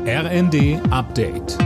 RND Update.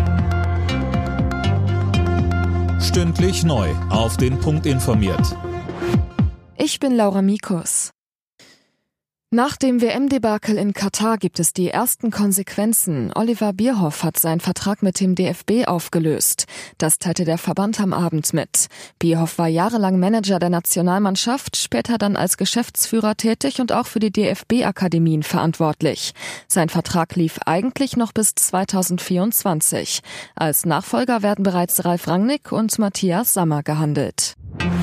Stündlich neu auf den Punkt informiert. Ich bin Laura Mikus. Nach dem WM-Debakel in Katar gibt es die ersten Konsequenzen. Oliver Bierhoff hat seinen Vertrag mit dem DFB aufgelöst. Das teilte der Verband am Abend mit. Bierhoff war jahrelang Manager der Nationalmannschaft, später dann als Geschäftsführer tätig und auch für die DFB-Akademien verantwortlich. Sein Vertrag lief eigentlich noch bis 2024. Als Nachfolger werden bereits Ralf Rangnick und Matthias Sammer gehandelt.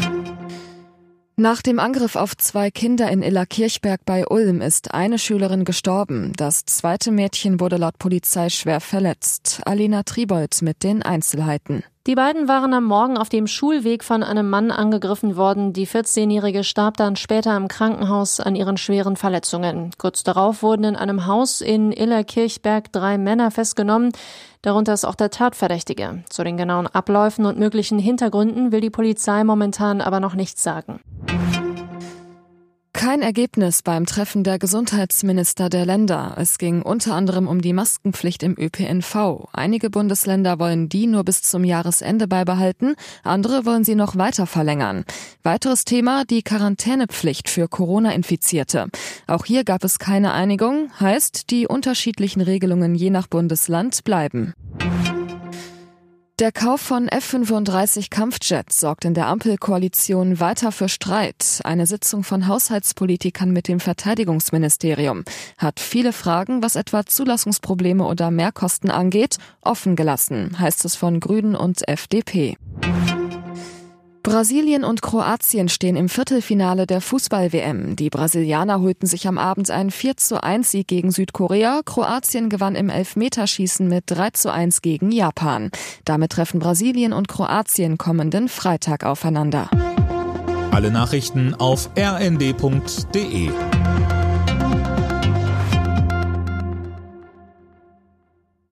Nach dem Angriff auf 2 Kinder in Illerkirchberg bei Ulm ist eine Schülerin gestorben. Das zweite Mädchen wurde laut Polizei schwer verletzt. Alina Tribold mit den Einzelheiten. Die beiden waren am Morgen auf dem Schulweg von einem Mann angegriffen worden. Die 14-Jährige starb dann später im Krankenhaus an ihren schweren Verletzungen. Kurz darauf wurden in einem Haus in Illerkirchberg 3 Männer festgenommen. Darunter ist auch der Tatverdächtige. Zu den genauen Abläufen und möglichen Hintergründen will die Polizei momentan aber noch nichts sagen. Kein Ergebnis beim Treffen der Gesundheitsminister der Länder. Es ging unter anderem um die Maskenpflicht im ÖPNV. Einige Bundesländer wollen die nur bis zum Jahresende beibehalten, andere wollen sie noch weiter verlängern. Weiteres Thema, die Quarantänepflicht für Corona-Infizierte. Auch hier gab es keine Einigung, heißt, die unterschiedlichen Regelungen je nach Bundesland bleiben. Der Kauf von F-35 Kampfjets sorgt in der Ampelkoalition weiter für Streit. Eine Sitzung von Haushaltspolitikern mit dem Verteidigungsministerium hat viele Fragen, was etwa Zulassungsprobleme oder Mehrkosten angeht, offen gelassen, heißt es von Grünen und FDP. Brasilien und Kroatien stehen im Viertelfinale der Fußball-WM. Die Brasilianer holten sich am Abend einen 4:1-Sieg gegen Südkorea. Kroatien gewann im Elfmeterschießen mit 3:1 gegen Japan. Damit treffen Brasilien und Kroatien kommenden Freitag aufeinander. Alle Nachrichten auf rnd.de.